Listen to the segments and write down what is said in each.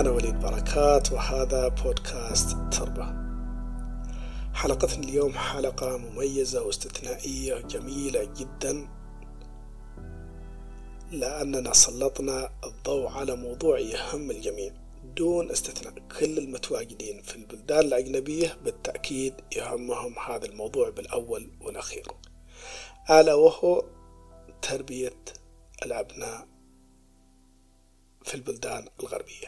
أنا وليد بركات، وهذا بودكاست تربة. حلقتنا اليوم حلقة مميزة واستثنائية جميلة جدا، لأننا سلطنا الضوء على موضوع يهم الجميع دون استثناء. كل المتواجدين في البلدان الأجنبية بالتأكيد يهمهم هذا الموضوع بالأول والأخير، ألا وهو تربية الأبناء في البلدان الغربية.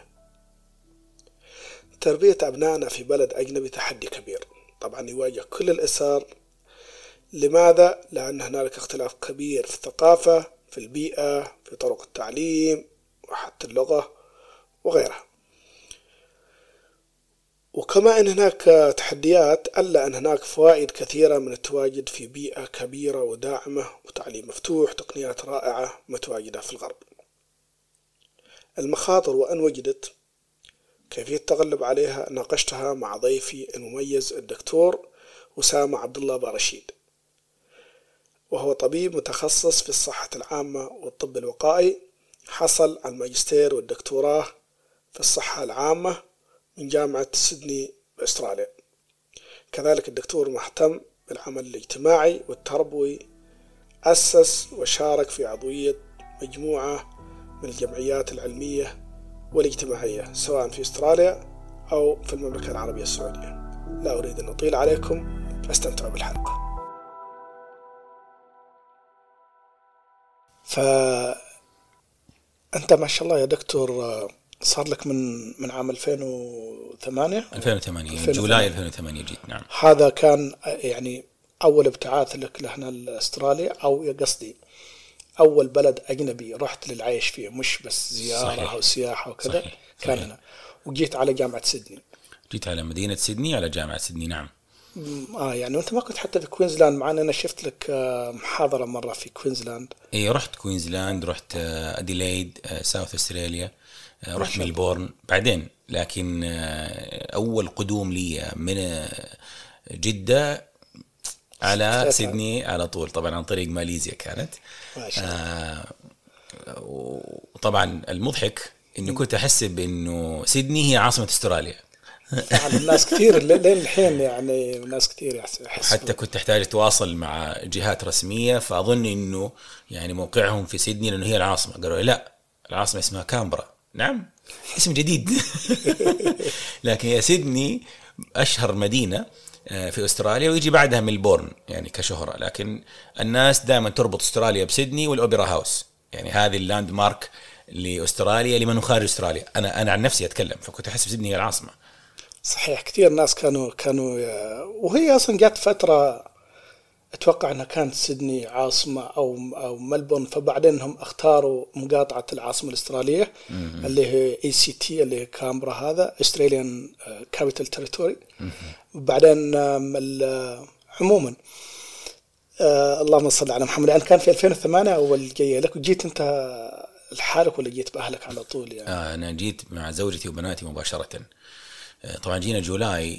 تربية أبنائنا في بلد أجنبي تحدي كبير، طبعا يواجه كل الأسر. لماذا؟ لأن هنالك اختلاف كبير في الثقافة، في البيئة، في طرق التعليم، وحتى اللغة وغيرها. وكما أن هناك تحديات، ألا أن هناك فوائد كثيرة من التواجد في بيئة كبيرة وداعمة وتعليم مفتوح، تقنيات رائعة متواجدة في الغرب. المخاطر وأن وجدت، كيفية التغلب عليها، ناقشتها مع ضيفي المميز الدكتور أسامة عبد الله بارشيد، وهو طبيب متخصص في الصحة العامة والطب الوقائي، حصل على الماجستير والدكتوراه في الصحة العامة من جامعة سيدني بأستراليا. كذلك الدكتور مهتم بالعمل الاجتماعي والتربوي، أسس وشارك في عضوية مجموعة من الجمعيات العلمية والاجتماعية سواء في أستراليا أو في المملكة العربية السعودية. لا أريد أن أطيل عليكم، فاستمتعوا بالحلقة. فأنت ما شاء الله يا دكتور صار لك من عام 2008 جولاي 2008 جيت. نعم، هذا كان يعني أول ابتعاث لك لهنا الأستراليا، أو قصدي أول بلد أجنبي رحت للعيش فيه، مش بس زيارة صحيح. أو سياحة وكذا. صحيح. كان هنا، وجيت على جامعة سيدني. جيت على مدينة سيدني، على جامعة سيدني. نعم. يعني وانت ما كنت حتى في كوينزلاند معنا؟ انا شفت لك محاضرة مرة في كوينزلاند. اي، رحت كوينزلاند، رحت اديلايد، ساوث استراليا، رحت ميلبورن بعدين. لكن اول قدوم لي من جدة على سيدني على طول، طبعا عن طريق ماليزيا كانت. وطبعا المضحك انه كنت احسب انه سيدني هي عاصمة استراليا. فعلا الناس كثير لين الحين، يعني الناس كثير يحسوا. حتى كنت احتاج اتواصل مع جهات رسمية، فاظن انه يعني موقعهم في سيدني لانه هي العاصمة. قالوا لا، العاصمة اسمها كامبرا. نعم، اسم جديد. لكن يا سيدني اشهر مدينة في أستراليا، ويجي بعدها ميلبورن يعني كشهرة. لكن الناس دائما تربط أستراليا بسيدني والأوبرا هاوس، يعني هذه اللاند مارك لأستراليا لمن خارج أستراليا. أنا عن نفسي أتكلم، فكنت أحس بسيدني هي العاصمة. صحيح، كثير ناس كانوا وهي أصلا جات فترة أتوقع أنها كانت سيدني عاصمة أو ملبورن، فبعدين هم اختاروا مقاطعة العاصمة الأسترالية اللي هي ACT، اللي هي كامبرا، هذا Australian Capital Territory. وبعدين عموما اللهم صل على محمد. يعني كان في 2008 أول جاية لك، وجيت أنت لحالك ولا جيت بأهلك على طول؟ يعني أنا جيت مع زوجتي وبناتي مباشرة. طبعا جينا جولاي.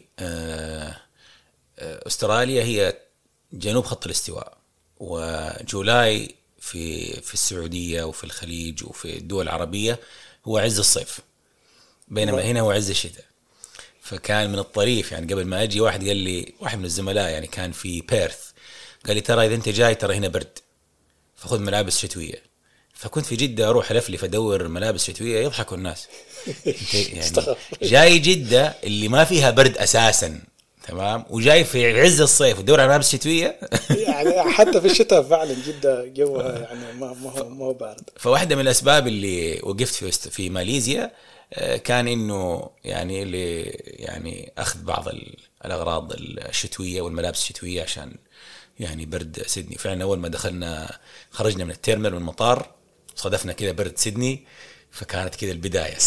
أستراليا هي جنوب خط الاستواء، وجولاي في السعودية وفي الخليج وفي الدول العربية هو عز الصيف، بينما هنا هو عز الشتاء. فكان من الطريف يعني قبل ما أجي واحد قال لي، واحد من الزملاء يعني كان في بيرث، قال لي ترى إذا أنت جاي ترى هنا برد، فخذ ملابس شتوية. فكنت في جدة أروح ألفلف أدور ملابس شتوية، يضحكوا الناس. يعني جاي جدة اللي ما فيها برد أساساً، تمام، وجاي في عز الصيف ودور على ملابس شتوية. يعني حتى في الشتاء فعلا جدة جوها يعني ما هو بارد. فواحدة من الأسباب اللي وقفت في ماليزيا كان إنه يعني أخذ بعض الأغراض الشتوية والملابس الشتوية عشان يعني برد سيدني. فعلا أول ما خرجنا من التيرمينال من المطار صادفنا كده برد سيدني، فكانت كده البداية.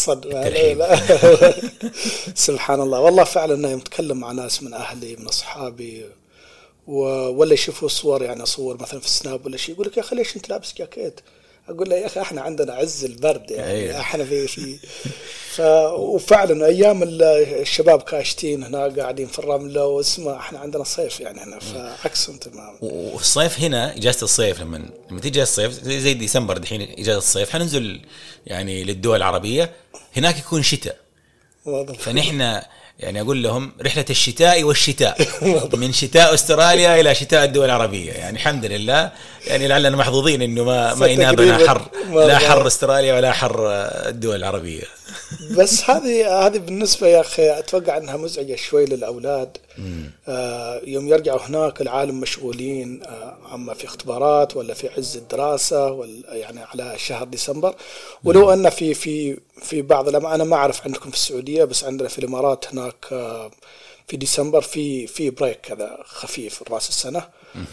سبحان الله، والله فعلا يوم أتكلم مع ناس من أهلي من أصحابي ولا يشوفوا صور، يعني صور مثلا في السناب ولا شيء، يقول لك يا أخي ليش أنت لابس جاكيت؟ أقول له يا أخي إحنا عندنا عز البرد، يعني إحنا في وفعلا أيام الشباب كاشتين هنا قاعدين في الرملة واسمه، إحنا عندنا صيف يعني هنا، فعكسهم تماما. والصيف هنا إجازة الصيف لما تيجي الصيف زي ديسمبر دحين إجازة الصيف، حننزل يعني للدول العربية، هناك يكون شتاء. واضح. فنحن يعني أقول لهم رحلة الشتاء والشتاء من شتاء أستراليا إلى شتاء الدول العربية، يعني الحمد لله، يعني لعلنا محظوظين إنه ما ينابنا حر، لا حر أستراليا ولا حر الدول العربية. بس هذه بالنسبة يا أخي أتوقع أنها مزعجة شوي للأولاد. يوم يرجعوا هناك العالم مشغولين، أما في اختبارات ولا في عز الدراسة، ولا يعني على شهر ديسمبر. ولو أن في بعض أنا ما أعرف عندكم في السعودية، بس عندنا في الإمارات هناك في ديسمبر في بريك كذا خفيف راس السنة.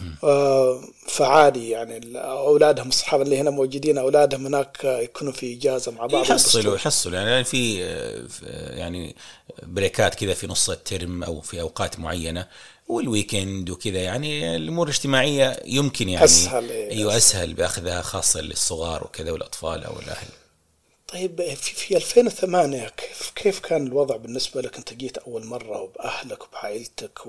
فعادي يعني أولادهم الصحاب اللي هنا موجودين، أولادهم هناك يكونوا في إجازة مع بعض، يحصلوا يعني في يعني بريكات كذا في نص الترم أو في أوقات معينة والويكند وكذا، يعني الأمور الاجتماعية يمكن يعني أسهل بأخذها، خاصة للصغار وكذا والأطفال أو الأهل. طيب في 2008 كيف كان الوضع بالنسبة لك؟ أنت جيت أول مرة وبأهلك وبعائلتك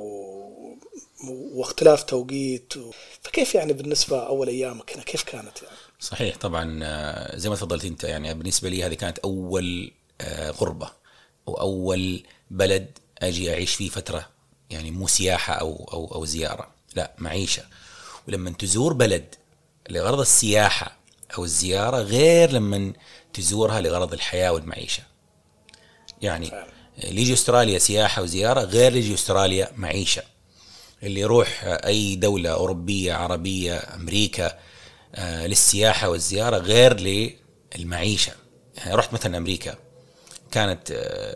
واختلاف توقيت فكيف يعني بالنسبة أول أيامك هنا كيف كانت يعني؟ صحيح طبعا، زي ما تفضلت أنت، يعني بالنسبة لي هذه كانت أول غربة وأول بلد أجي أعيش فيه فترة، يعني مو سياحة أو زيارة، لا معيشة. ولما تزور بلد لغرض السياحة أو الزيارة غير لما تزورها لغرض الحياة والمعيشة. يعني اللي يجي أستراليا سياحة وزيارة غير اللي يجي أستراليا معيشة. اللي يروح أي دولة أوروبية عربية أمريكا للسياحة والزيارة غير للمعيشة. يعني رحت مثلا أمريكا، كانت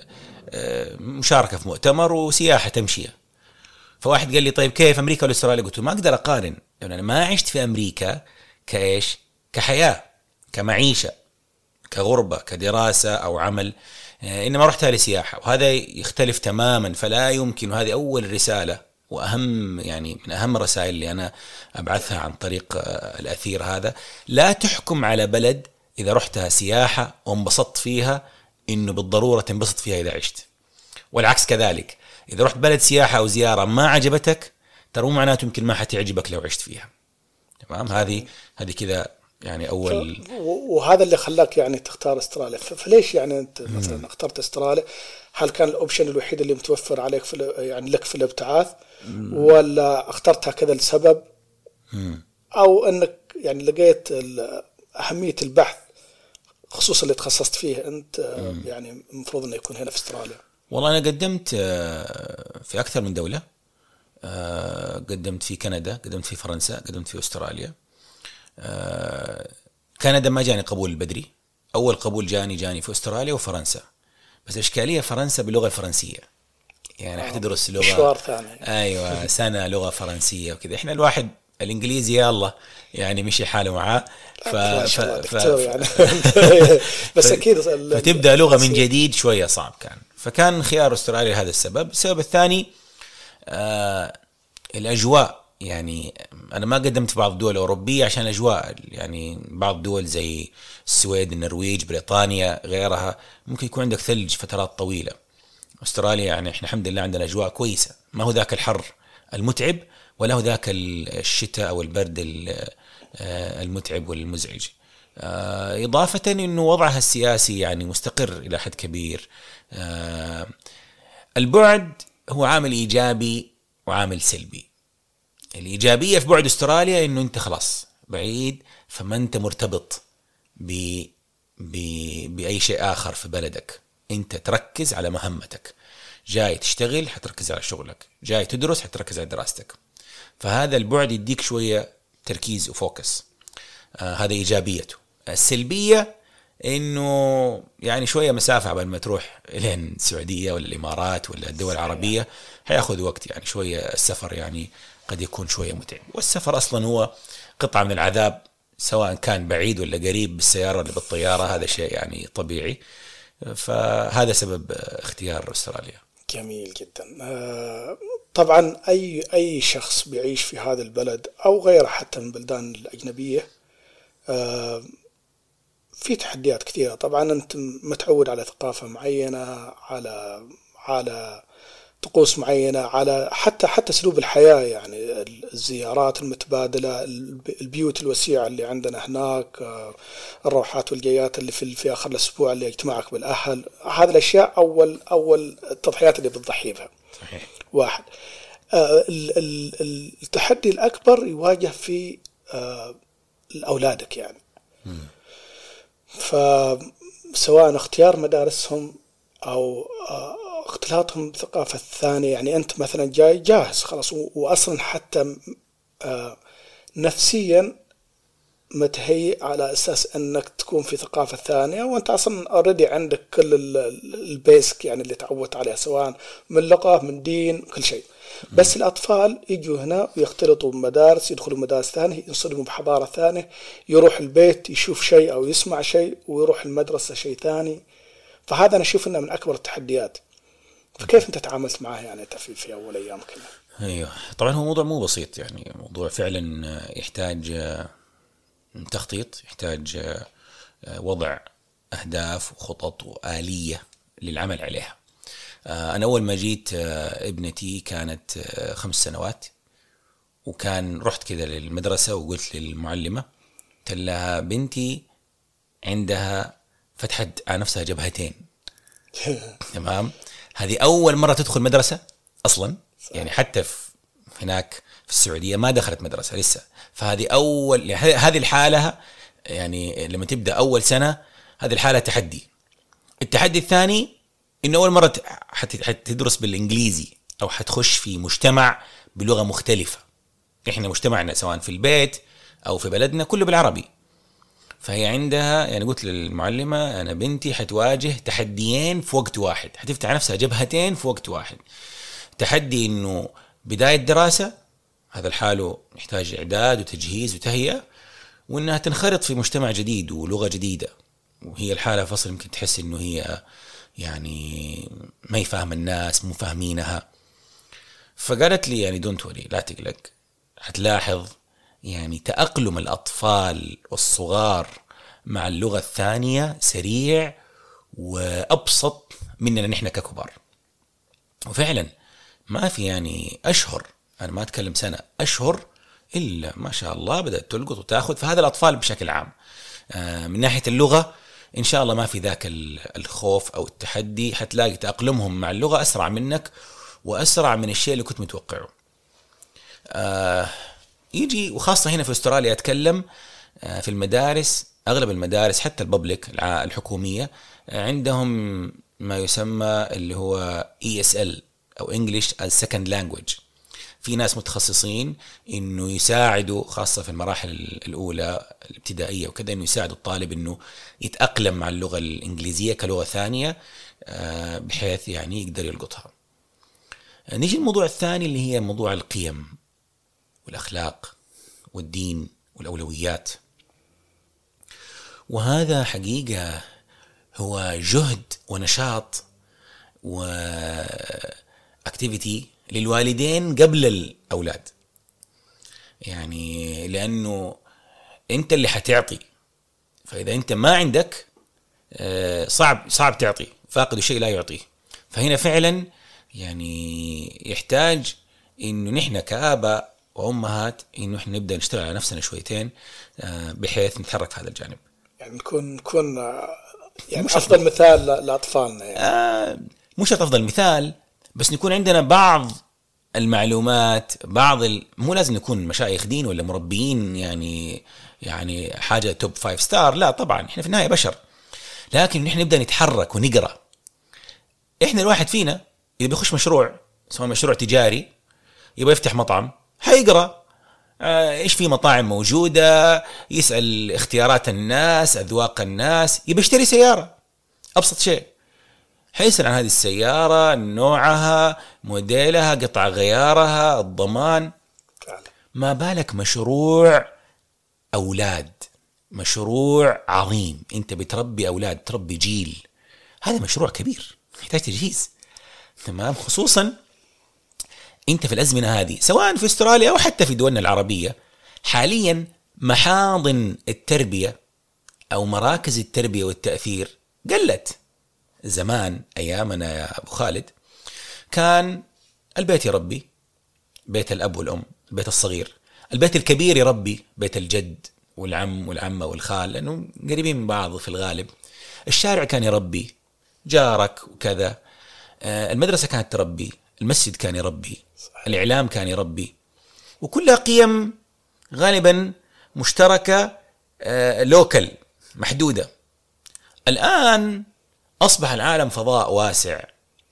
مشاركة في مؤتمر وسياحة تمشية، فواحد قال لي طيب كيف أمريكا ولا أستراليا؟ قلت له ما أقدر أقارن، يعني أنا ما عشت في أمريكا كإيش، كحياة، كمعيشة، كغربة، كدراسة أو عمل، إنما رحتها لسياحة، وهذا يختلف تماما. فلا يمكن، وهذه أول رسالة وأهم، يعني من أهم الرسائل اللي أنا أبعثها عن طريق الأثير هذا، لا تحكم على بلد إذا رحتها سياحة وانبسطت فيها إنه بالضرورة تنبسط فيها إذا عشت، والعكس كذلك. إذا رحت بلد سياحة أو زيارة ما عجبتك، ترى معناته يمكن ما حتعجبك لو عشت فيها. تمام؟ هذه كذا يعني أول. وهذا اللي خلاك يعني تختار استراليا. فليش يعني أنت مثلا اخترت استراليا؟ هل كان الأوبشن الوحيد اللي متوفر عليك يعني لك في الابتعاث، ولا اخترتها كذا لسبب، أو أنك يعني لقيت أهمية البحث خصوصا اللي تخصصت فيه أنت يعني المفروض أنه يكون هنا في استراليا؟ والله أنا قدمت في أكثر من دولة، قدمت في كندا، قدمت في فرنسا، قدمت في أستراليا. كندا ما جاني قبول بدري، أول قبول جاني في أستراليا وفرنسا، بس إشكالية فرنسا باللغة الفرنسية، يعني حتدرس لغة مشوار ثاني. أيوة سنة لغة فرنسية وكذا. إحنا الواحد الإنجليزي يلا يعني مشي حاله معاه، يعني بس أكيد فتبدأ لغة من جديد شوية صعب كان. فكان خيار أستراليا هذا السبب. السبب الثاني الأجواء. يعني أنا ما قدمت في بعض الدول الأوروبية عشان الأجواء، يعني بعض الدول زي السويد، النرويج، بريطانيا، غيرها ممكن يكون عندك ثلج فترات طويلة. أستراليا يعني إحنا الحمد لله عندنا أجواء كويسة، ما هو ذاك الحر المتعب ولا هو ذاك الشتاء أو البرد المتعب والمزعج. إضافة إنه وضعها السياسي يعني مستقر إلى حد كبير. البعد هو عامل إيجابي وعامل سلبي. الإيجابية في بعد أستراليا إنه أنت خلاص بعيد، فما أنت مرتبط بأي شيء آخر في بلدك، أنت تركز على مهمتك. جاي تشتغل حتركز على شغلك، جاي تدرس حتركز على دراستك. فهذا البعد يديك شوية تركيز وفوكس. هذا إيجابيته. السلبية إنه يعني شوية مسافة قبل ما تروح لين السعودية ولا الإمارات ولا الدول العربية، هياخذ وقت يعني شوية. السفر يعني قد يكون شوية متعب، والسفر أصلا هو قطعة من العذاب، سواء كان بعيد ولا قريب، بالسيارة ولا بالطيارة، هذا شيء يعني طبيعي. فهذا سبب اختيار أستراليا. جميل جدا. طبعا أي شخص بيعيش في هذا البلد أو غيره حتى من البلدان الأجنبية في تحديات كثيرة. طبعا أنت متعود على ثقافة معينة، على طقوس معينة، على حتى أسلوب الحياة، يعني الزيارات المتبادلة، البيوت الوسيعة اللي عندنا هناك، الروحات والجيات اللي في آخر الأسبوع اللي يجتمعك بالأهل. هذه الأشياء أول التضحيات اللي بتضحي بها. صحيح. واحد. التحدي الأكبر يواجه في أولادك يعني. فسواء اختيار مدارسهم أو اختلاطهم بالثقافة الثانية. يعني أنت مثلا جاي جاهز خلاص، وأصلا حتى نفسيا متهيئ على أساس أنك تكون في ثقافة ثانية، وأنت أصلا already عندك كل البيسك يعني اللي تعودت عليها، سواء من لغة من دين كل شيء. بس الأطفال يجوا هنا ويختلطوا بمدارس، يدخلوا مدارس ثانية، ينصدموا بحضارة ثانية، يروح البيت يشوف شيء أو يسمع شيء، ويروح المدرسة شيء ثاني. فهذا أنا أشوف أنه من أكبر التحديات. فكيف أنت تعاملت معه يعني في أول أيامك؟ أيوه طبعا هو موضوع مو بسيط، يعني موضوع فعلا يحتاج تخطيط، يحتاج وضع أهداف وخطط وآلية للعمل عليها. أنا أول ما جيت ابنتي كانت 5 سنوات، وكان رحت كذا للمدرسة وقلت للمعلمة، قلت لها بنتي عندها فتحت على نفسها جبهتين. تمام، هذه أول مرة تدخل مدرسة أصلا، يعني حتى هناك في السعودية ما دخلت مدرسة لسه. فهذه أول، يعني هذه الحالة، يعني لما تبدأ أول سنة هذه الحالة تحدي. التحدي الثاني إنه أول مرة حتدرس بالإنجليزي، أو حتخش في مجتمع بلغة مختلفة. إحنا مجتمعنا سواء في البيت أو في بلدنا كله بالعربي. فهي عندها، يعني قلت للمعلمة أنا بنتي حتواجه تحديين في وقت واحد، حتفتح نفسها جبهتين في وقت واحد. تحدي إنه بداية دراسة، هذا الحاله يحتاج إعداد وتجهيز وتهيئة، وإنها تنخرط في مجتمع جديد ولغة جديدة، وهي الحالة فصل يمكن تحس إنه هي يعني ما يفهم الناس، مو فاهمينها. فقالت لي يعني دونت وري، لا تقلق، هتلاحظ يعني تأقلم الأطفال والصغار مع اللغة الثانية سريع وأبسط مننا نحن ككبار. وفعلا ما في يعني أشهر، أنا ما أتكلم سنة، أشهر إلا ما شاء الله بدأت تلقط وتأخذ. فهذا الأطفال بشكل عام من ناحية اللغة إن شاء الله ما في ذاك الخوف أو التحدي، حتلاقي تأقلمهم مع اللغة أسرع منك وأسرع من الشيء اللي كنت متوقعه. يجي وخاصة هنا في أستراليا أتكلم في المدارس، أغلب المدارس حتى الببليك الحكومية عندهم ما يسمى اللي هو ESL أو English as Second Language. في ناس متخصصين إنه يساعدوا خاصة في المراحل الأولى الابتدائية وكذا، إنه يساعدوا الطالب إنه يتأقلم مع اللغة الإنجليزية كلغة ثانية بحيث يعني يقدر يلقطها. نيجي الموضوع الثاني اللي هي موضوع القيم والأخلاق والدين والأولويات. وهذا حقيقة هو جهد ونشاط وأكتيفيتي للوالدين قبل الأولاد، يعني لأنه أنت اللي حتعطي، فإذا أنت ما عندك صعب تعطي، فاقد الشيء لا يعطيه. فهنا فعلا يعني يحتاج إنه نحن كآباء وأمهات إنه إحنا نبدأ نشتغل على نفسنا شويتين بحيث نتحرك هذا الجانب، يعني نكون يعني أفضل مثال لأطفالنا يعني. مش أفضل مثال، بس نكون عندنا بعض المعلومات، مو لازم نكون مشايخ دين ولا مربيين يعني حاجة توب 5 ستار، لا طبعا إحنا في النهاية بشر، لكن نحن نبدأ نتحرك ونقرأ. إحنا الواحد فينا إذا بيخش مشروع سواء مشروع تجاري، يبغى يفتح مطعم، حيقرأ إيش في مطاعم موجودة، يسأل اختيارات الناس، أذواق الناس. يبغى يشتري سيارة، أبسط شيء حيسأل عن هذه السيارة، نوعها، موديلها، قطع غيارها، الضمان. ما بالك مشروع أولاد، مشروع عظيم، أنت بتربي أولاد، تربي جيل، هذا مشروع كبير يحتاج تجهيز. تمام، خصوصا أنت في الأزمنة هذه سواء في أستراليا أو حتى في دولنا العربية. حاليا محاضن التربية أو مراكز التربية والتأثير قلت. زمان أيامنا يا أبو خالد كان البيت يربي، بيت الأب والأم، البيت الصغير. البيت الكبير يربي، بيت الجد والعم والعمة والخال، لأنه قريبين من بعض في الغالب. الشارع كان يربي، جارك وكذا. المدرسة كانت تربي، المسجد كان يربي، الإعلام كان يربي، وكلها قيم غالبا مشتركة، لوكل، محدودة. الآن أصبح العالم فضاء واسع،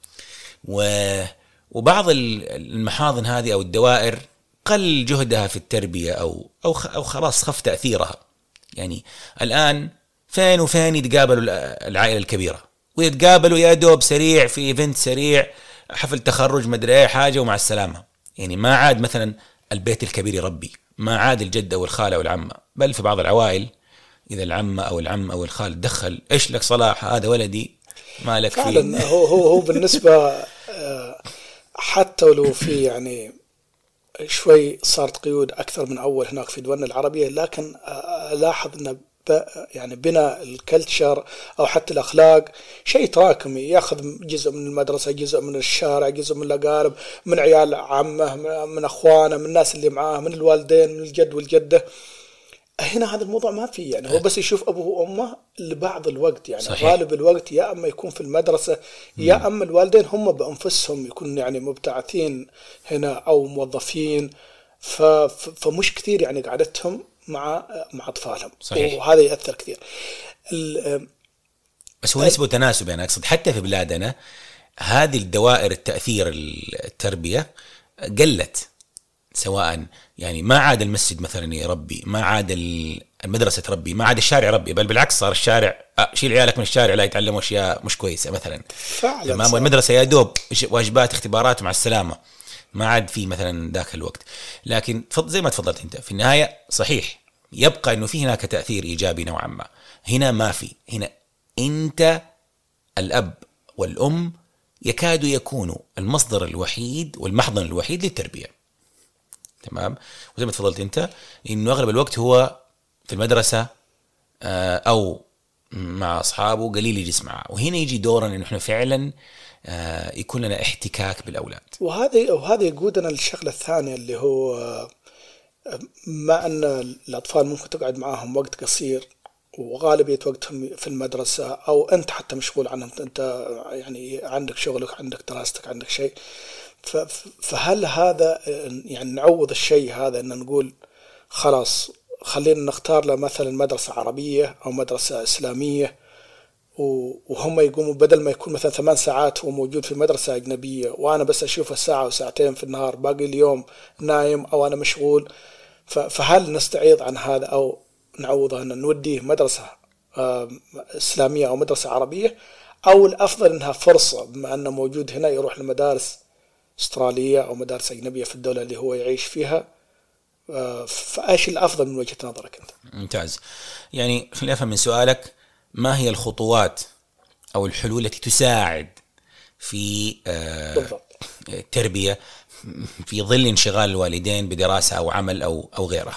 وبعض المحاضن هذه أو الدوائر قل جهدها في التربية أو خلاص خف تأثيرها. يعني الآن فين وفين يتقابلوا العائلة الكبيرة، ويتقابلوا يا دوب سريع في إيفنت سريع، حفل تخرج مدري أي حاجة ومع السلامة. يعني ما عاد مثلا البيت الكبير يربي، ما عاد الجدة والخالة والعمة، بل في بعض العوائل إذا العمة أو العم أو الخال دخل، إيش لك صلاح، هذا ولدي ما لك فيه. فعلا هو بالنسبة حتى لو في يعني شوي صارت قيود أكثر من أول هناك في دولنا العربية، لكن ألاحظ أن يعني بناء الكلتشر أو حتى الأخلاق شيء تراكمي، يأخذ جزء من المدرسة، جزء من الشارع، جزء من الأقارب، من عيال عمه، من أخوانه، من الناس اللي معاه، من الوالدين، من الجد والجدة. هنا هذا الموضوع ما فيه، يعني هو بس يشوف أبوه وأمه لبعض الوقت، يعني صحيح. غالب الوقت يا أما يكون في المدرسة، يا أما الوالدين هم بأنفسهم يكون يعني مبتعثين هنا أو موظفين، فمش كثير يعني قعدتهم مع أطفالهم. صحيح. وهذا يأثر كثير. بس هو نسبة تناسب، يعني أقصد حتى في بلادنا هذه الدوائر التأثير التربية قلت، سواء يعني ما عاد المسجد مثلا يربي، ما عاد المدرسة تربي، ما عاد الشارع يربي، بل بالعكس صار الشارع شيل عيالك من الشارع لا يتعلموا أشياء مش كويسة مثلا. تمام. والمدرسة يا دوب واجبات اختبارات مع السلامة، ما عاد في مثلا ذاك الوقت. لكن زي ما تفضلت انت في النهاية صحيح يبقى انه في هناك تأثير ايجابي نوعا ما. هنا ما في، هنا انت الاب والام يكادوا يكونوا المصدر الوحيد والمحضن الوحيد للتربية. تمام. وزي ما تفضلت انت انه اغلب الوقت هو في المدرسة او مع اصحابه، قليل يجلس معه. وهنا يجي دورنا انه احنا فعلا يكون لنا احتكاك بالاولاد. وهذا يقودنا للشغله الثانيه اللي هو مع ان الاطفال ممكن تقعد معاهم وقت قصير وغالبيه وقتهم في المدرسه، او انت حتى مشغول عنهم، انت يعني عندك شغلك، عندك دراستك، عندك شيء. فهل هذا يعني نعوض الشيء هذا ان نقول خلاص خلينا نختار له مثلا مدرسه عربيه او مدرسه اسلاميه، وهم يقوموا بدل ما يكون مثلا 8 ساعات هو موجود في مدرسة أجنبية وأنا بس أشوفه ساعة وساعتين في النهار، باقي اليوم نايم أو أنا مشغول. فهل نستعيض عن هذا أو نعوضه أن نوديه مدرسة إسلامية أو مدرسة عربية، أو الأفضل أنها فرصة بما أنه موجود هنا يروح لمدارس أسترالية أو مدارس أجنبية في الدولة اللي هو يعيش فيها؟ فأيش الأفضل من وجهة نظرك أنت؟ ممتاز. يعني خليني أفهم من سؤالك، ما هي الخطوات أو الحلول التي تساعد في التربية في ظل انشغال الوالدين بدراسة أو عمل أو غيرها؟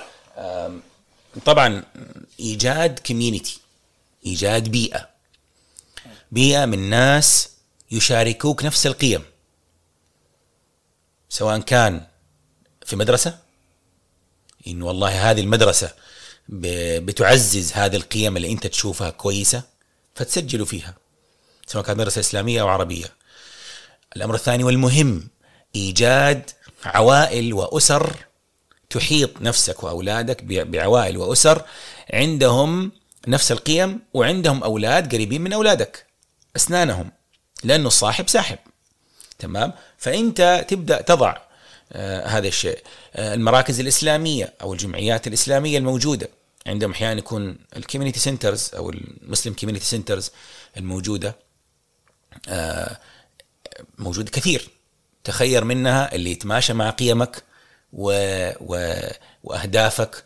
طبعا إيجاد كوميونيتي، إيجاد بيئة من ناس يشاركوك نفس القيم، سواء كان في مدرسة إنه والله هذه المدرسة بتعزز هذه القيم اللي أنت تشوفها كويسة فتسجلوا فيها، سواء كانت مدرسة إسلامية أو عربية. الأمر الثاني والمهم إيجاد عوائل وأسر تحيط نفسك وأولادك بعوائل وأسر عندهم نفس القيم وعندهم أولاد قريبين من أولادك أسنانهم، لأنه الصاحب ساحب. تمام. فأنت تبدأ تضع هذا الشيء. المراكز الإسلامية أو الجمعيات الإسلامية الموجودة عندهم أحيانا يكون الكوميونيتي سنترز أو المسلم كوميونيتي سنترز الموجودة، موجود كثير، تخير منها اللي يتماشى مع قيمك وأهدافك،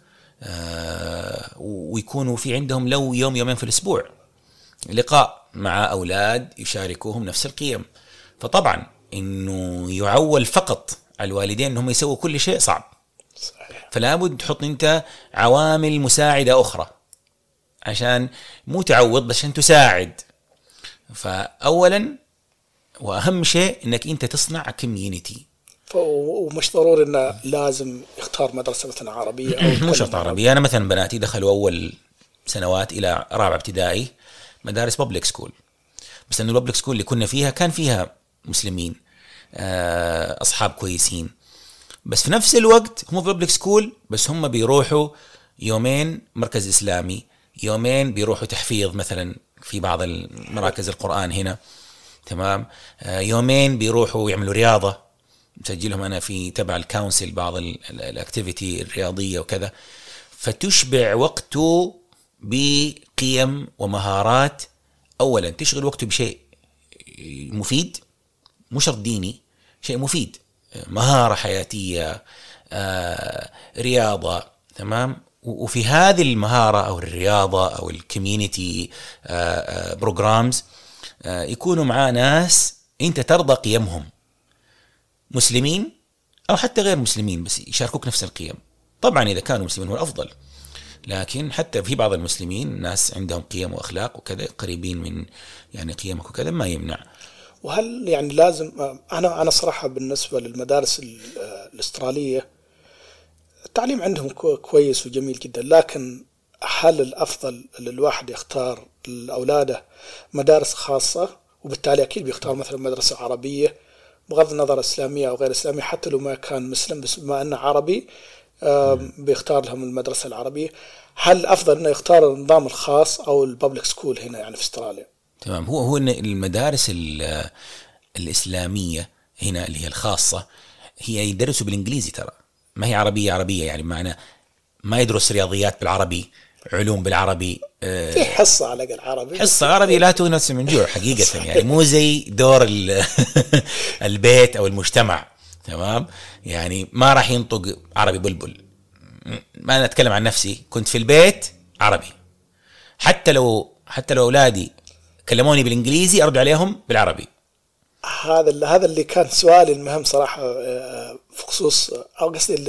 ويكونوا في عندهم لو يوم يومين في الأسبوع لقاء مع أولاد يشاركوهم نفس القيم. فطبعا إنه يعول فقط على الوالدين إنهم يسووا كل شيء صعب. صحيح. فلا بد تحط أنت عوامل مساعدة أخرى عشان مو تعوض بس عشان تساعد. فأولا وأهم شيء أنك أنت تصنع كوميونيتي. ومش ضروري انه لازم يختار مدرسه مثلا عربيه او مو شرط عربيه. انا مثلا بناتي دخلوا اول سنوات الى رابعه ابتدائي مدارس بابليك سكول، بس انه البابليك سكول اللي كنا فيها كان فيها مسلمين اصحاب كويسين، بس في نفس الوقت هم في بابليك سكول بس هم بيروحوا يومين مركز اسلامي، يومين بيروحوا تحفيظ مثلا في بعض المراكز القرآن هنا، تمام، يومين بيروحوا يعملوا رياضة، مسجلهم أنا في تبع الكونسل بعض الأكتيفيتي الرياضية وكذا، فتشبع وقته بقيم ومهارات. أولا تشغل وقته بشيء مفيد، مش شرط ديني، شيء مفيد، مهارة حياتية، رياضة، تمام. وفي هذه المهارة أو الرياضة أو الكوميونيتي بروجرامز يكونوا معاه ناس أنت ترضى قيمهم، مسلمين أو حتى غير مسلمين، بس يشاركوك نفس القيم. طبعا إذا كانوا مسلمين هو الأفضل، لكن حتى في بعض المسلمين ناس عندهم قيم وأخلاق وكذا قريبين من يعني قيمك وكذا، ما يمنع. وهل يعني لازم أنا صراحة بالنسبة للمدارس الأسترالية التعليم عندهم كويس وجميل جدا، لكن هل الأفضل للواحد يختار لأولاده مدارس خاصة وبالتالي أكيد بيختار مثلا مدرسة عربية بغض النظر إسلامية أو غير إسلامية، حتى لو ما كان مسلم بس بما أنه عربي بيختار لهم المدرسة العربية؟ هل الأفضل أنه يختار النظام الخاص أو البابليك سكول هنا يعني في أستراليا؟ تمام. هو إن المدارس الإسلامية هنا اللي هي الخاصة هي يدرسوا بالإنجليزي، ترى ما هي عربية يعني بمعنى ما يدرس رياضيات بالعربي، علوم بالعربي، في حصة على الأقل عربي، حصة عربي لا تغني نفس من جوع حقيقة يعني مو زي دور البيت أو المجتمع، تمام. يعني ما راح ينطق عربي بلبل. ما أنا أتكلم عن نفسي، كنت في البيت عربي، حتى لو أولادي كلموني بالإنجليزي أرد عليهم بالعربي. هذا اللي كان سؤالي المهم صراحة، في خصوص أو قصدي اللي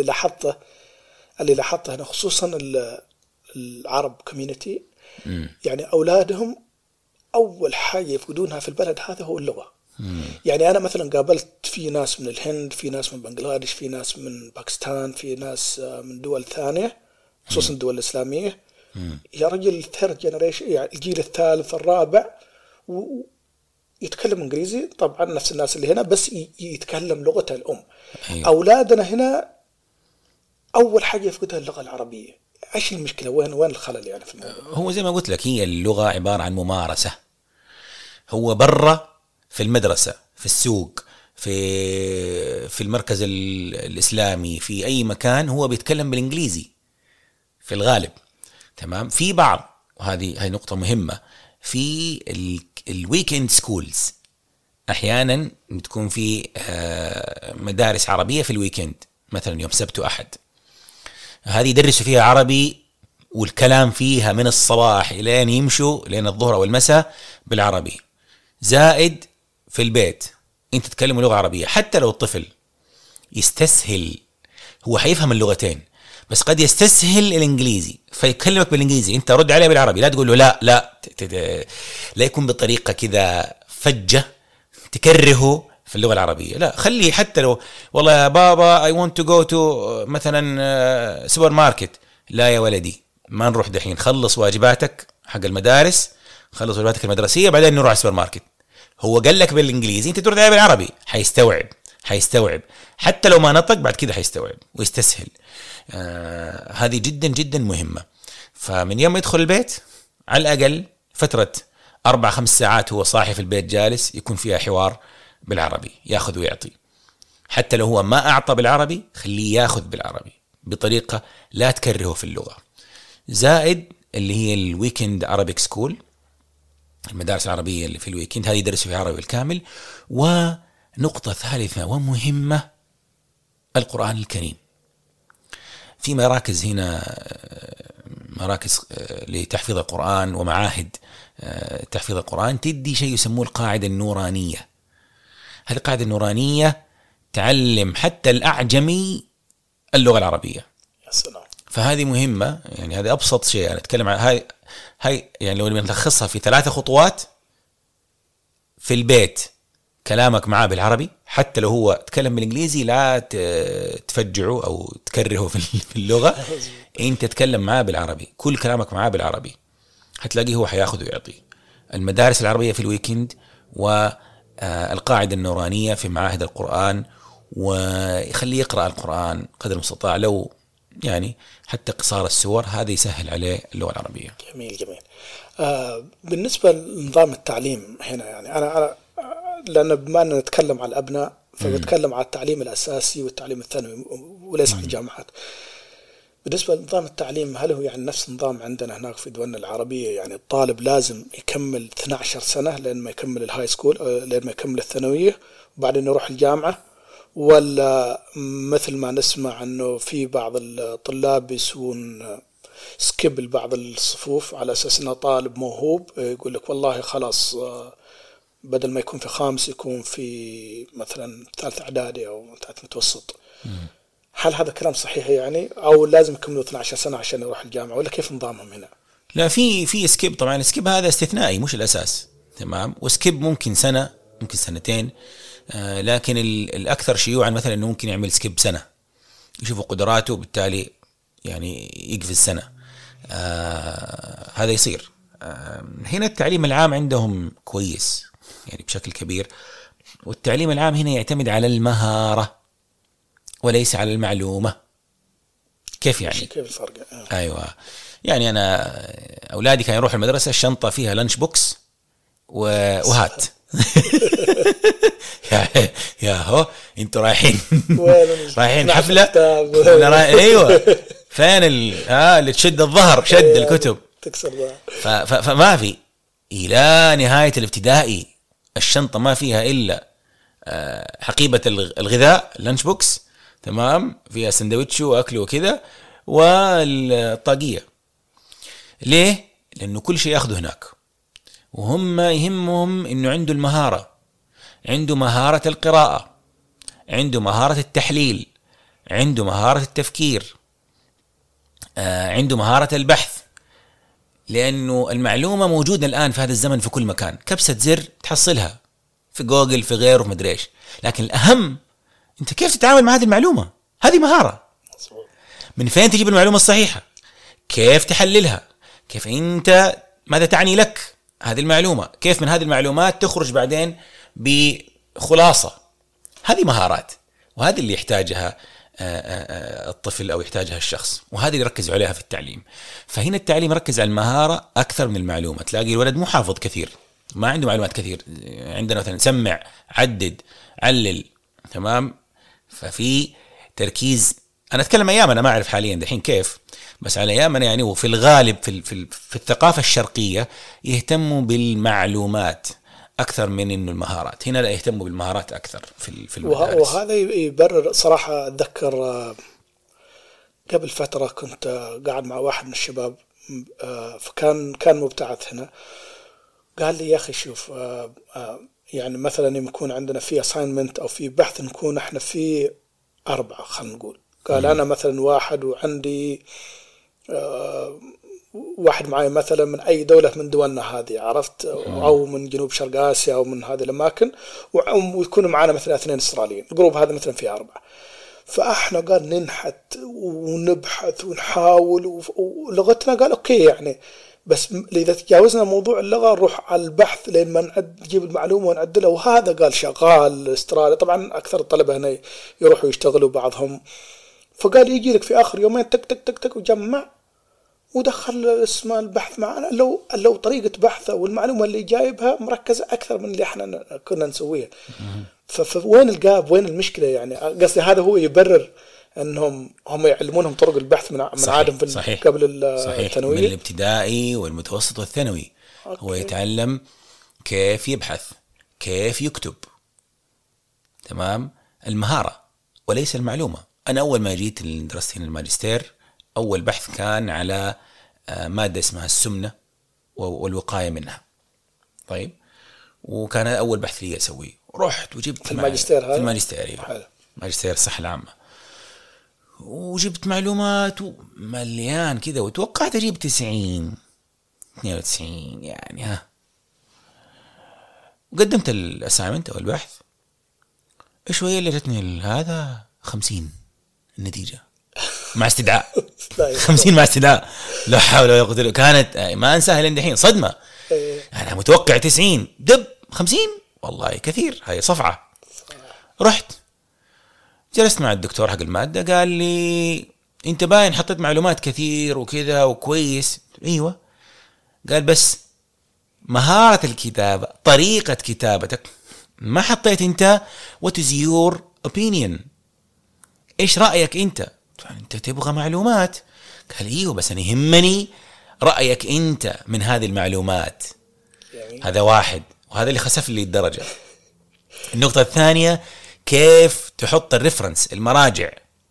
لاحظته هنا خصوصا العرب كوميونيتي، يعني أولادهم أول حاجة يفقدونها في البلد هذا هو اللغة. يعني أنا مثلا قابلت في ناس من الهند، في ناس من بنغلاديش، في ناس من باكستان، في ناس من دول ثانية خصوصا الدول الإسلامية، يا رجل ثيرد جنريشن يعني الجيل الثالث الرابع يتكلم إنجليزي، طبعا نفس الناس اللي هنا بس يتكلم لغته الأم. أيوة. أولادنا هنا أول حاجة يفقدها اللغة العربية. إيش المشكلة؟ وين الخلل يعني في الموضوع؟ هو زي ما قلت لك، هي اللغة عبارة عن ممارسة. هو برا في المدرسة، في السوق، في المركز الإسلامي، في أي مكان هو بيتكلم بالإنجليزي في الغالب، تمام. في بعض، وهذه نقطة مهمة، في الويكند سكولز أحيانا بتكون في مدارس عربية في الويكند، مثلا يوم سبت وأحد، هذه يدرسوا فيها عربي والكلام فيها من الصباح لين يمشوا لين الظهر أو المساء بالعربي، زائد في البيت أنت تتكلم لغة عربية. حتى لو الطفل يستسهل، هو حيفهم اللغتين بس قد يستسهل الإنجليزي فيكلمك بالإنجليزي، أنت رد عليه بالعربي، لا تقول له لا يكون بطريقة كذا فجة تكرهه في اللغة العربية، لا خليه. حتى لو والله يا بابا I want to go to مثلا سوبر ماركت، لا يا ولدي ما نروح دحين، خلص واجباتك حق المدارس، خلص واجباتك المدرسية بعدين نروح على السوبر ماركت. هو قال لك بالإنجليزي أنت ترد عليه بالعربي، حيستوعب حتى لو ما نطق بعد كده حيستوعب ويستسهل. هذه جدا جدا مهمة. فمن يوم يدخل البيت على الأقل فترة 4-5 ساعات هو صاحي في البيت جالس يكون فيها حوار بالعربي، ياخذ ويعطي. حتى لو هو ما أعطى بالعربي خليه ياخذ بالعربي بطريقة لا تكرهه في اللغة. زائد اللي هي الويكند عربيك سكول، المدارس العربية اللي في الويكند هذه يدرسوا في عربي بالكامل. ونقطة ثالثة ومهمة، القرآن الكريم. في مراكز هنا، مراكز لتحفيظ القرآن ومعاهد تحفيظ القرآن تدي شيء يسموه القاعدة النورانية. هذه القاعدة النورانية تعلم حتى الأعجمي اللغة العربية. فهذه مهمة، يعني هذا أبسط شيء أنا أتكلم عن هاي يعني لو نلخصها في 3 خطوات: في البيت كلامك معاه بالعربي، حتى لو هو تكلم بالانجليزي لا تفجعه او تكرهه في اللغه. انت تتكلم معاه بالعربي، كل كلامك معاه بالعربي، هتلاقيه هو حياخذ ويعطي. المدارس العربيه في الويكند، والقاعده النورانيه في معاهد القران، ويخليه يقرا القران قدر المستطاع، لو يعني حتى قصار السور، هذا يسهل عليه اللغه العربيه. جميل جميل. بالنسبة لنظام التعليم هنا، يعني أنا لأن بما أننا نتكلم على الأبناء فبتكلم على التعليم الأساسي والتعليم الثانوي وليس في الجامعات. بالنسبة لنظام التعليم، هل هو يعني نفس النظام عندنا هناك في دولنا العربية؟ يعني الطالب لازم يكمل 12 سنة لين ما يكمل الهاي سكول، لين ما يكمل الثانوية وبعدين يروح الجامعة، ولا مثل ما نسمع أنه في بعض الطلاب يسوون سكيب لبعض الصفوف على أساس أنه طالب موهوب، يقول لك والله خلاص بدل ما يكون في خامس يكون في مثلا ثالث إعدادي أو ثالث متوسط. هل هذا كلام صحيح يعني، أو لازم يكملوا 12 سنة عشان يروح الجامعة، ولا كيف نظامهم هنا؟ لا، في سكيب طبعا. السكيب هذا استثنائي مش الأساس، تمام. وسكيب ممكن سنة، ممكن سنتين، لكن الأكثر شيوعا مثلا أنه ممكن يعمل سكيب سنة، يشوفوا قدراته بالتالي يعني يقفز سنة. هذا يصير. هنا التعليم العام عندهم كويس يعني بشكل كبير، والتعليم العام هنا يعتمد على المهارة وليس على المعلومة. كيف يعني؟ كيف الفرق؟ أيوة، يعني أنا أولادي كانوا يروحوا المدرسة الشنطة فيها لانش بوكس وهات يا هو انتوا رايحين حفلة ايوه، فين اللي تشد الظهر شد الكتب تكسر. فما في الى نهاية الابتدائي الشنطة ما فيها الا حقيبة الغذاء لانش بوكس، تمام، فيها سندويتش واكل وكذا والطاقية. ليه؟ لانه كل شيء ياخذه هناك، وهم يهمهم انه عنده المهارة، عنده مهارة القراءة، عنده مهارة التحليل، عنده مهارة التفكير، عنده مهارة البحث، لأنه المعلومة موجودة الآن في هذا الزمن في كل مكان، كبسة زر تحصلها في جوجل في غيره في مدري إيش. لكن الأهم أنت كيف تتعامل مع هذه المعلومة، هذه مهارة. من فين تجيب المعلومة الصحيحة، كيف تحللها، كيف أنت ماذا تعني لك هذه المعلومة، كيف من هذه المعلومات تخرج بعدين بخلاصة. هذه مهارات، وهذه اللي يحتاجها الطفل أو يحتاجها الشخص، وهذه اللي يركز عليها في التعليم. فهنا التعليم يركز على المهارة أكثر من المعلومة. تلاقي الولد مو حافظ كثير، ما عنده معلومات كثير. عندنا مثلا سمع، عدد، علل، تمام. ففي تركيز. أنا أتكلم أيام، أنا ما أعرف حاليا دحين كيف، بس على أيام أنا يعني، وفي الغالب في الثقافة الشرقية يهتموا بالمعلومات أكثر من إنه المهارات. هنا لا، يهتموا بالمهارات أكثر في المدارس. وهذا يبرر صراحة. أتذكر قبل فترة كنت قاعد مع واحد من الشباب، فكان مبتعث هنا، قال لي يا أخي شوف، يعني مثلا يكون عندنا في assignment أو في بحث نكون احنا في 4 خلينا نقول. قال أنا مثلا 1 وعندي واحد معي مثلا من أي دولة من دولنا هذه، عرفت، أو من جنوب شرق آسيا أو من هذه الأماكن، ويكونوا معنا مثلا 2 إسرائيليين. الجروب هذا مثلا فيه 4. فإحنا قال ننحت ونبحث ونحاول، ولغتنا قال أوكي يعني، بس إذا تجاوزنا موضوع اللغة نروح على البحث لين ما نجيب المعلومة ونعدلها. وهذا قال شغال استرالي. طبعا أكثر الطلبة هنا يروحوا يشتغلوا بعضهم. فقال يجي لك في آخر يومين تك تك تك تك وجمع ودخل اسم البحث معنا، لو طريقة بحثه والمعلومة اللي جايبها مركزة أكثر من اللي احنا كنا نسويها. فوين الجاب، وين المشكلة يعني؟ قصدي هذا هو يبرر أنهم يعلمونهم طرق البحث من عادم في صحيح. قبل الثانوية، من الابتدائي والمتوسط والثانوي. هو يتعلم كيف يبحث، كيف يكتب، تمام، المهارة وليس المعلومة. أنا أول ما جيت درست هنا الماجستير، أول بحث كان على مادة اسمها السمنة والوقاية منها. طيب، وكان أول بحث لي أسويه. رحت وجبت في الماجستير هذا، في الماجستير، ماجستير الصحة العامة، وجبت معلومات مليان كذا، وتوقعت أجيب 90 92 يعني، قدمت الاسايمنت او البحث، شويه اللي جتني هذا 50 النتيجه مع استدعاء. 50 مع استدعاء، لا حول ولا قوه الا بالله. كانت ما انساها لين دحين صدمه. انا متوقع 90 دب 50 والله كثير، هاي صفعه. رحت جلست مع الدكتور حق الماده، قال لي انت باين حطيت معلومات كثير وكذا وكويس. ايوه. قال بس مهاره الكتابه، طريقه كتابتك ما حطيت انت what is your opinion، ايش رايك انت تبغى معلومات. قال ايوه بس انا يهمني رايك انت من هذه المعلومات. هذا واحد، وهذا اللي خسف لي الدرجه. النقطه الثانيه، كيف تحط الريفرنس المراجع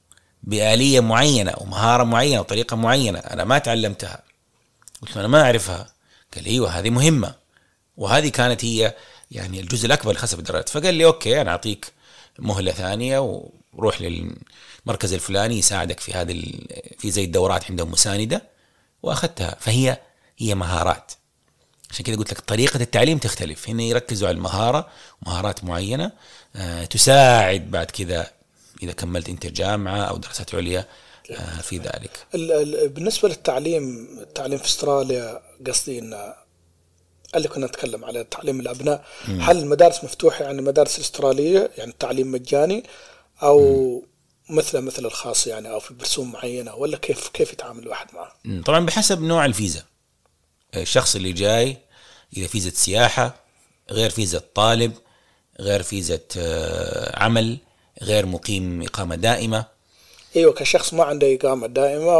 بآلية معينة ومهارة معينة وطريقة معينة أنا ما تعلمتها. قلت له أنا ما أعرفها. قال أيوة هذه مهمة، وهذه كانت هي يعني الجزء الأكبر اللي خسف الدرجات. فقال لي أوكي أنا أعطيك مهلة ثانية وروح للمركز الفلاني يساعدك في هذه في زي الدورات عندهم مساندة، وأخذتها. فهي مهارات. عشان كده قلت لك طريقة التعليم تختلف. هنا يركزوا على المهارة ومهارات معينة تساعد بعد كده إذا كملت أنت جامعة أو دراسات عليا في ذلك. بالنسبة للتعليم في استراليا، قصدي إن اللي كنا نتكلم على تعليم الأبناء، هل المدارس مفتوحة يعني المدارس الأسترالية يعني التعليم مجاني، أو مثل الخاص يعني، أو في برسوم معينة، ولا كيف يتعامل الواحد معه؟ طبعا بحسب نوع الفيزا. الشخص اللي جاي إذا فيزا سياحة غير فيزا طالب، غير فيزا عمل، غير مقيم إقامة دائمة. ايوه كشخص ما عنده إقامة دائمة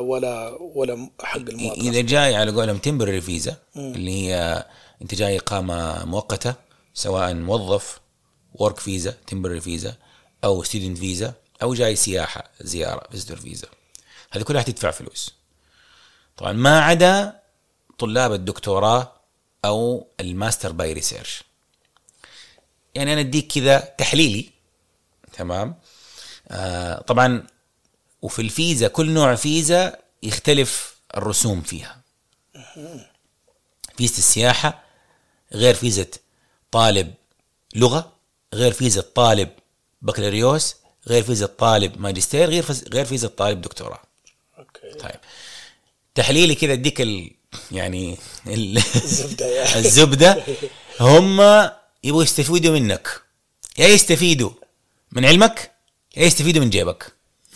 ولا حق المواطنة. إذا جاي على قولهم temporary فيزا اللي هي أنت جاي إقامة مؤقتة، سواء موظف work فيزا temporary فيزا أو student فيزا، أو جاي سياحة زيارة visitor فيزا، هذه كلها تدفع فلوس. طبعا ما عدا طلاب الدكتوراه أو الماستر باي ريسيرش. يعني أنا أديك كذا تحليلي، تمام. طبعا وفي الفيزا كل نوع فيزا يختلف الرسوم فيها. فيزا السياحة غير فيزا طالب لغة، غير فيزا طالب بكالوريوس، غير فيزا طالب ماجستير، غير فيزا طالب دكتوراه. طيب تحليلي كذا اديك يعني الزبدة. هم يبغوا يستفيدوا منك، يا يستفيدوا من علمك يا يستفيدوا من جيبك.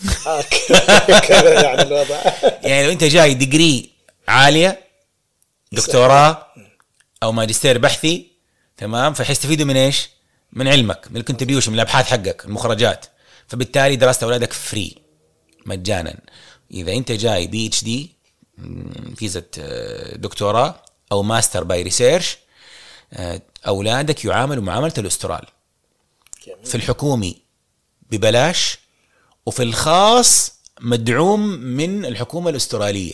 يعني الوضع يعني لو انت جاي ديجري عالية، دكتوراه او ماجستير بحثي، تمام، فحيستفيدوا من ايش؟ من علمك، من الكونتريبيوشن، من الابحاث حقك، المخرجات. فبالتالي دراسة اولادك فري مجانا. اذا انت جاي PhD فيزا دكتوراه او ماستر باي ريسيرش، اولادك يعاملوا معاملة الاسترال. في الحكومي ببلاش، وفي الخاص مدعوم من الحكومة الأسترالية.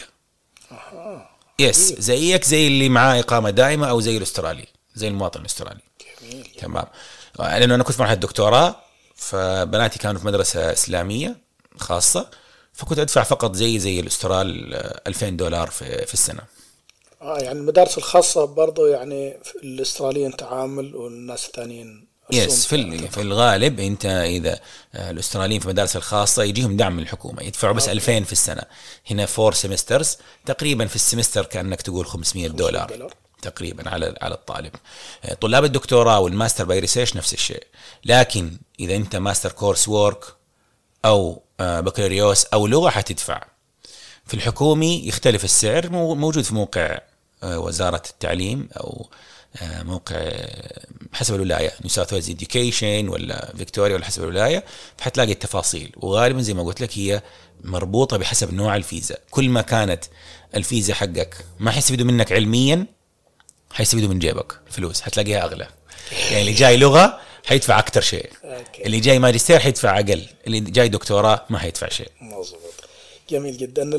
يس، زيك زي اللي معاه إقامة دائمة أو زي الأسترالي، زي المواطن الأسترالي. تمام. لأنه أنا كنت في مرحلة الدكتوراه، فبناتي كانوا في مدرسة إسلامية خاصة، فكنت أدفع فقط زي الأسترال $2000 في السنة. يعني المدارس الخاصة برضو يعني الأستراليين تعامل والناس الثانيين يس. في الغالب انت اذا الاستراليين في المدارس الخاصه يجيهم دعم من الحكومه، يدفعوا بس 2000 في السنه. هنا 4 سيمسترز تقريبا، في السمستر كانك تقول $500 تقريبا على الطالب. طلاب الدكتوراه والماستر باي ريسيرش نفس الشيء. لكن اذا انت ماستر كورس وورك او بكالوريوس او لغه حتدفع. في الحكومي يختلف السعر، موجود في موقع وزاره التعليم او موقع حسب الولاية، نيو ساوث ويلز إديوكيشن ولا فيكتوريا، ولا حسب الولاية، فحتلاقي التفاصيل. وغالبا زي ما قلت لك هي مربوطة بحسب نوع الفيزا. كل ما كانت الفيزا حقك ما حيستفيدوا منك علميا، حيستفيدوا من جيبك فلوس، حتلاقيها أغلى. يعني اللي جاي لغة حيدفع أكتر شيء، اللي جاي ماجستير حيدفع أقل، اللي جاي دكتوراه ما حيدفع شيء. مظبوط. جميل جدا.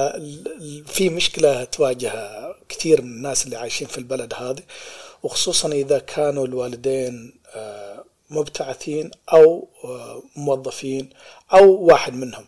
في مشكلة تواجه كثير من الناس اللي عايشين في البلد هذه، وخصوصا إذا كانوا الوالدين مبتعثين أو موظفين أو واحد منهم،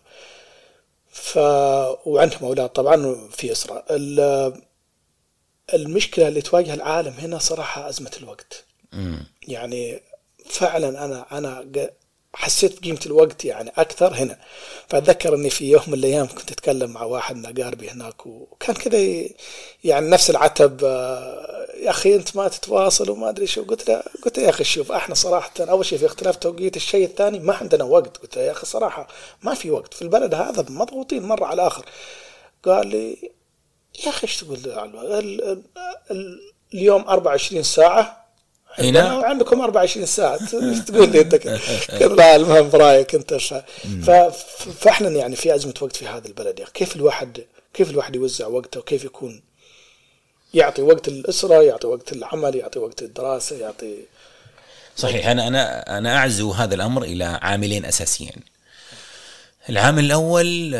وعندهم أولاد طبعا في إسراء. المشكلة اللي تواجه العالم هنا صراحة أزمة الوقت. يعني فعلا أنا حسيت بقيمة الوقت يعني أكثر هنا. فأتذكر أني في يوم من الأيام كنت أتكلم مع واحد من أقاربي هناك، وكان كذا يعني نفس العتب، يا أخي أنت ما تتواصل وما أدري شو. قلت له يا أخي شوف، إحنا صراحة أول شيء في اختلاف توقيت، الشيء الثاني ما عندنا وقت. قلت له يا أخي صراحة ما في وقت في البلد هذا، مضغوطين مرة على الآخر. قال لي يا أخي إيش تقول اليوم 24 ساعة هنا وعندكم 24 ساعة، ايش تقول لي انت كذا؟ لا المهم برايك انت. فاحنا يعني في أزمة وقت في هذا البلد. يعني كيف الواحد يوزع وقته، وكيف يكون يعطي وقت الأسرة، يعطي وقت العمل، يعطي وقت الدراسة، يعطي. صحيح. أنا أعزو هذا الأمر إلى عاملين أساسيين. العامل الأول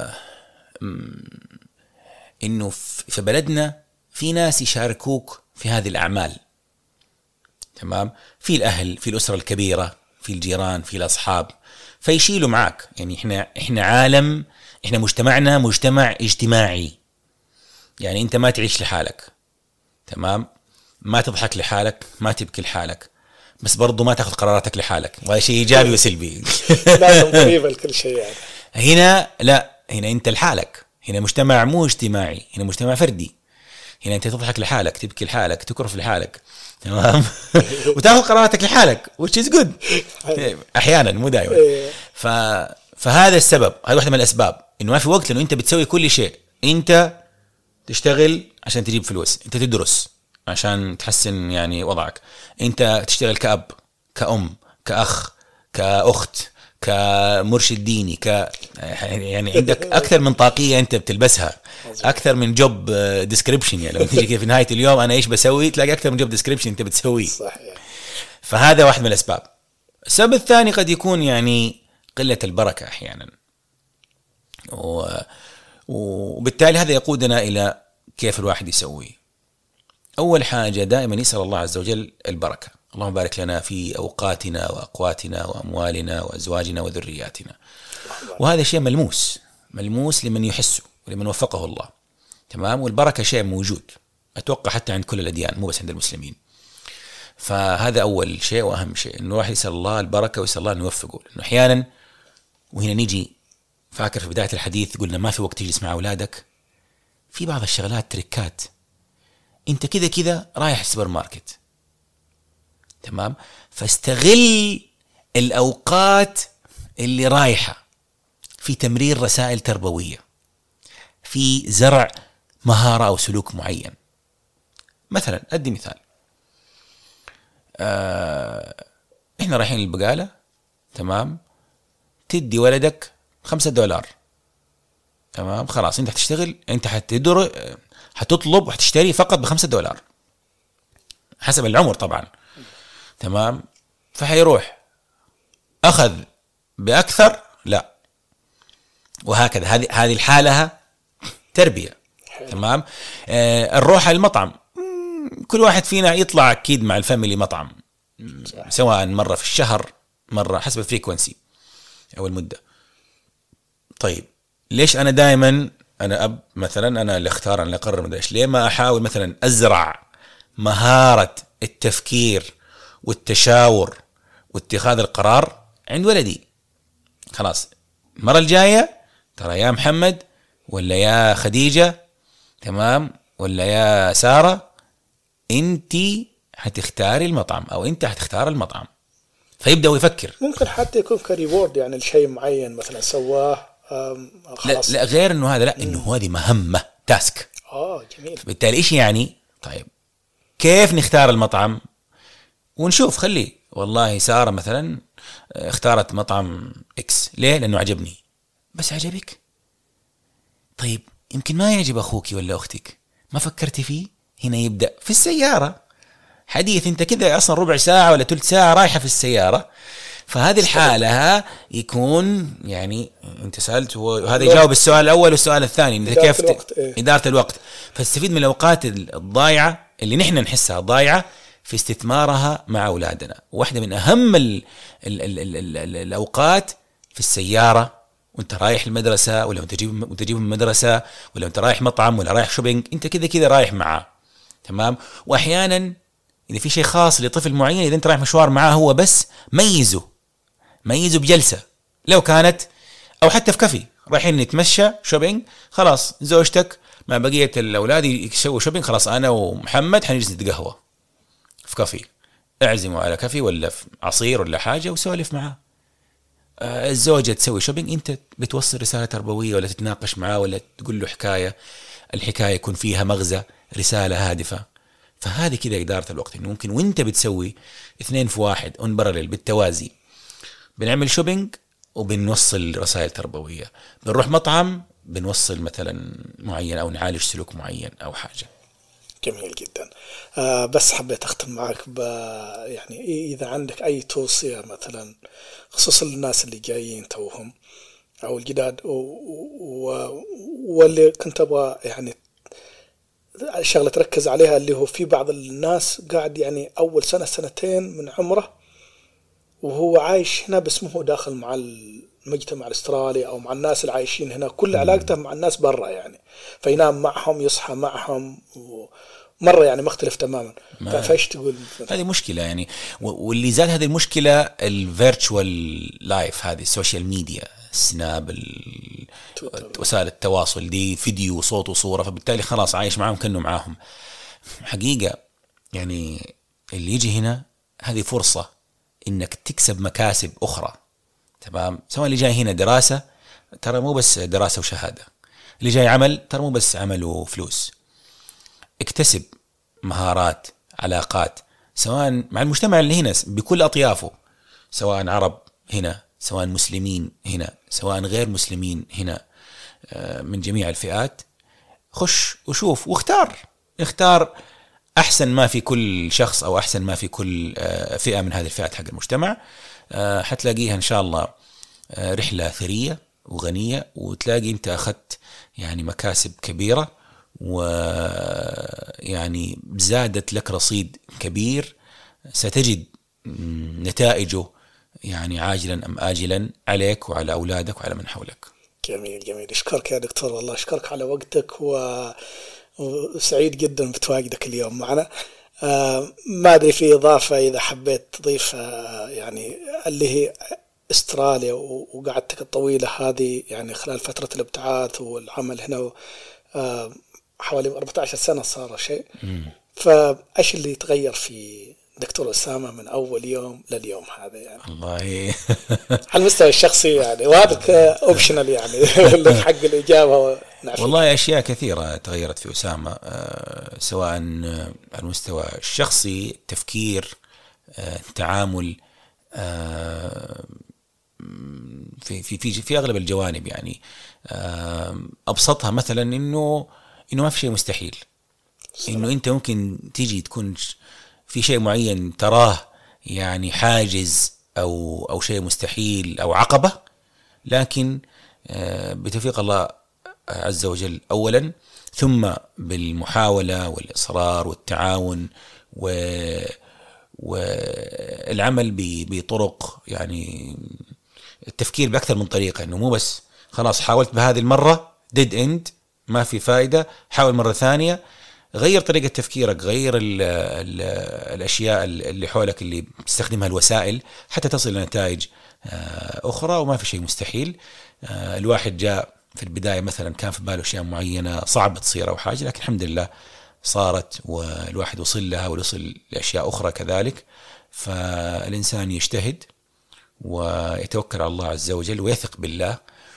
إنه في بلدنا في ناس يشاركوك في هذه الأعمال، تمام؟ في الأهل، في الأسرة الكبيرة، في الجيران، في الأصحاب، فيشيلوا معك. يعني إحنا عالم، إحنا مجتمعنا مجتمع اجتماعي. يعني أنت ما تعيش لحالك، تمام؟ ما تضحك لحالك، ما تبكي لحالك، بس برضو ما تأخذ قراراتك لحالك، وهذا شيء إيجابي وسلبي. لازم قريبة لكل شيء يعني. هنا لا، هنا أنت لحالك، هنا مجتمع مو اجتماعي، هنا مجتمع فردي. هنا أنت تضحك لحالك، تبكي لحالك، تكرف لحالك، تمام؟ وتاخذ قراراتك لحالك which is good أحيانا، مو دائما. فهذا السبب، هذا واحدة من الأسباب إنه ما في وقت، لأنه أنت بتسوي كل شيء. أنت تشتغل عشان تجيب فلوس، أنت تدرس عشان تحسن يعني وضعك، أنت تشتغل كأب، كأم، كأخ، كأخت، كمرشد ديني، يعني عندك أكثر من طاقية أنت بتلبسها، أكثر من جوب ديسكريبشن. يعني لما تيجي كده في نهاية اليوم أنا إيش بسوي، تلاقي أكثر من جوب ديسكريبشن أنت بتسويه. صحيح. فهذا واحد من الأسباب. السبب الثاني قد يكون يعني قلة البركة أحيانا، وبالتالي هذا يقودنا إلى كيف الواحد يسوي. أول حاجة دائما يسأل الله عز وجل البركة. اللهم بارك لنا في أوقاتنا وأقواتنا وأموالنا وأزواجنا وذرياتنا. وهذا شيء ملموس لمن يحسه ولمن وفقه الله، تمام؟ والبركة شيء موجود أتوقع حتى عند كل الأديان، مو بس عند المسلمين. فهذا أول شيء وأهم شيء، إنه الواحد يسأل الله البركة ويسأل الله أن يوفقه. لأنه أحيانا، وهنا نيجي فاكر في بداية الحديث قلنا ما في وقت تجلس مع أولادك، في بعض الشغلات تركات. أنت كذا رايح السوبر ماركت، تمام؟ فاستغل الأوقات اللي رايحة في تمرير رسائل تربوية، في زرع مهارة أو سلوك معين. مثلا أدي مثال، إحنا رايحين البقالة، تمام؟ تدي ولدك $5، تمام؟ خلاص أنت هتشتغل، أنت هتطلب وهتشتري فقط $5 حسب العمر طبعا، تمام؟ فحيروح أخذ بأكثر، لا، وهكذا. هذه الحالة تربية، تمام؟ نروح المطعم، كل واحد فينا يطلع أكيد مع الفاميلي مطعم، سواء مرة في الشهر، مرة حسب الفريكونسي أو المدة. طيب ليش أنا دائما، أنا أب مثلا، أنا اللي أختار، أنا اللي أقرر مدريش، ليه ما أحاول مثلا أزرع مهارة التفكير والتشاور واتخاذ القرار عند ولدي؟ خلاص المرة الجاية ترى يا محمد ولا يا خديجة، تمام، ولا يا سارة، انتي هتختاري المطعم او انت هتختار المطعم. فيبدأ يفكر. ممكن حتى يكون كريبورد، يعني الشيء معين مثلا سواه خلاص. لا غير انه هذا، لا، انه هذه مهمة، تاسك. جميل. بالتالي ايش يعني؟ طيب كيف نختار المطعم؟ ونشوف، خلي والله سارة مثلا اختارت مطعم اكس، ليه؟ لانه عجبني. بس عجبك؟ طيب يمكن ما يعجب اخوك ولا اختك، ما فكرتي فيه؟ هنا يبدأ في السيارة حديث، انت كذا اصلا ربع ساعة ولا ثلث ساعة رايحة في السيارة. فهذه الحالة يكون يعني انت سألت وهذا يجاوب السؤال الاول والسؤال الثاني، انت كيف إدارة الوقت. فاستفيد من الاوقات الضايعة اللي نحن نحسها ضايعة في استثمارها مع اولادنا. واحدة من اهم الاوقات في السيارة وانت رايح المدرسة، ولا انت تجيب من المدرسة، ولا انت رايح مطعم، ولا رايح شوبينج، انت كذا رايح معاه، تمام؟ واحيانا إذا في شيء خاص لطفل معين، إذا أنت رايح مشوار معاه هو بس، ميزه بجلسة لو كانت، أو حتى في كافي رايحين نتمشى شوبينج، خلاص زوجتك مع بقية الأولاد يسووا شوبينج، خلاص أنا ومحمد حنجلس نتقهوى في كافي، اعزموا على كافي ولا في عصير ولا حاجة وسولف معاه. الزوجة تسوي شوبينج، أنت بتوصل رسالة تربوية ولا تتناقش معاه ولا تقول له حكاية، الحكاية يكون فيها مغزى، رسالة هادفة. فهذه كده إدارة الوقت، إنه ممكن وأنت بتسوي 2 في 1 اون باراليل بالتوازي، بنعمل شوبينج وبنوصل رسائل تربوية، بنروح مطعم بنوصل مثلا معين أو نعالج سلوك معين أو حاجة. جميل جدا. بس حبيت أختم معك يعني إذا عندك أي توصية مثلا خصوصا للناس اللي جايين توهم أو الجداد واللي كنت أبغى يعني شغلة تركز عليها، اللي هو في بعض الناس قاعد يعني أول سنة سنتين من عمره وهو عايش هنا بس هو داخل مع المجتمع الأسترالي أو مع الناس اللي عايشين هنا، كل علاقته مع الناس برا يعني، فينام معهم يصحى معهم مرة يعني مختلف تماما. فايش تقول؟ هذه مشكلة يعني، واللي زاد هذه المشكلة الفيرتشوال لايف، هذه السوشيال ميديا، سناب، وسائل التواصل دي فيديو وصوت وصورة، فبالتالي خلاص عايش معهم كأنه معاهم. حقيقة يعني اللي يجي هنا هذه فرصة إنك تكسب مكاسب أخرى، تمام؟ سواء اللي جاي هنا دراسة، ترى مو بس دراسة وشهادة، اللي جاي عمل ترى مو بس عمل وفلوس، اكتسب مهارات، علاقات، سواء مع المجتمع اللي هنا بكل أطيافه، سواء عرب هنا، سواء مسلمين هنا، سواء غير مسلمين هنا، من جميع الفئات. خش وشوف اختار أحسن ما في كل شخص أو أحسن ما في كل فئة من هذه الفئات حق المجتمع، حتلاقيها إن شاء الله رحلة ثرية وغنية، وتلاقي أنت أخذت يعني مكاسب كبيرة، ويعني زادت لك رصيد كبير ستجد نتائجه يعني عاجلا أم آجلا عليك وعلى أولادك وعلى من حولك. جميل جميل. أشكرك يا دكتور، والله أشكرك على وقتك، وسعيد جدا بتواجدك اليوم معنا. ما أدري في إضافة إذا حبيت تضيف يعني اللي هي استراليا وقعدتك الطويلة هذه يعني خلال فترة الابتعاث والعمل هنا حوالي 14 سنة صار شيء، فأيش اللي يتغير في دكتور أسامة من أول يوم لليوم هذا يعني؟ الله على المستوى الشخصي يعني، وهذا اوبشنال يعني حق الإجابة. والله أشياء كثيرة تغيرت في أسامة، سواء على المستوى الشخصي، التفكير، التعامل، في أغلب الجوانب يعني. أبسطها مثلا إنه ما في شيء مستحيل، إنه أنت ممكن تيجي تكون في شيء معين تراه يعني حاجز أو شيء مستحيل أو عقبة، لكن بتوفيق الله عز وجل أولا، ثم بالمحاولة والإصرار والتعاون والعمل بطرق يعني التفكير بأكثر من طريقة، إنه مو بس خلاص حاولت بهذه المرة ديد إند ما في فائدة، حاول مرة ثانية، غير طريقة تفكيرك، غير الأشياء اللي حولك اللي بتستخدمها الوسائل حتى تصل لنتائج أخرى، وما في شيء مستحيل. الواحد جاء في البداية مثلا كان في باله أشياء معينة صعب تصير أو حاجة، لكن الحمد لله صارت، والواحد وصل لها ويصل لأشياء أخرى كذلك. فالإنسان يجتهد ويتوكل على الله عز وجل ويثق بالله،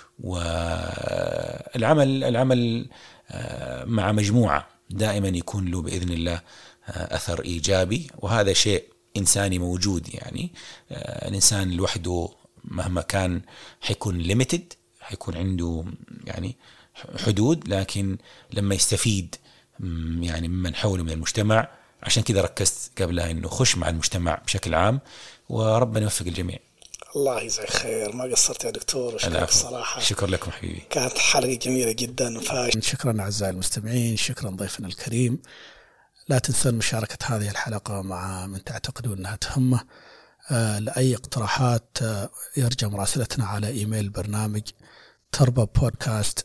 والعمل مع مجموعة دائما يكون له بإذن الله أثر إيجابي، وهذا شيء إنساني موجود يعني. الإنسان لوحده مهما كان حيكون ليميتد، حيكون عنده يعني حدود، لكن لما يستفيد يعني ممن حوله من المجتمع، عشان كذا ركزت قبلها إنه خش مع المجتمع بشكل عام، وربنا يوفق الجميع. الله يجزاك خير، ما قصرت يا دكتور، وشكرا الصراحة. شكرا لكم حبيبي، كانت حلقة جميلة جدا. شكرا أعزائي المستمعين، شكرا ضيفنا الكريم. لا تنسون مشاركة هذه الحلقة مع من تعتقدون أنها تهمه. لأي اقتراحات يرجى مراسلتنا على إيميل برنامج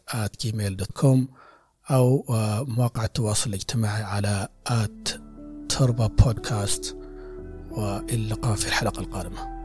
tarbapodcast@gmail.com أو مواقع التواصل الاجتماعي على تربة بودكاست، وإلى اللقاء في الحلقة القادمة.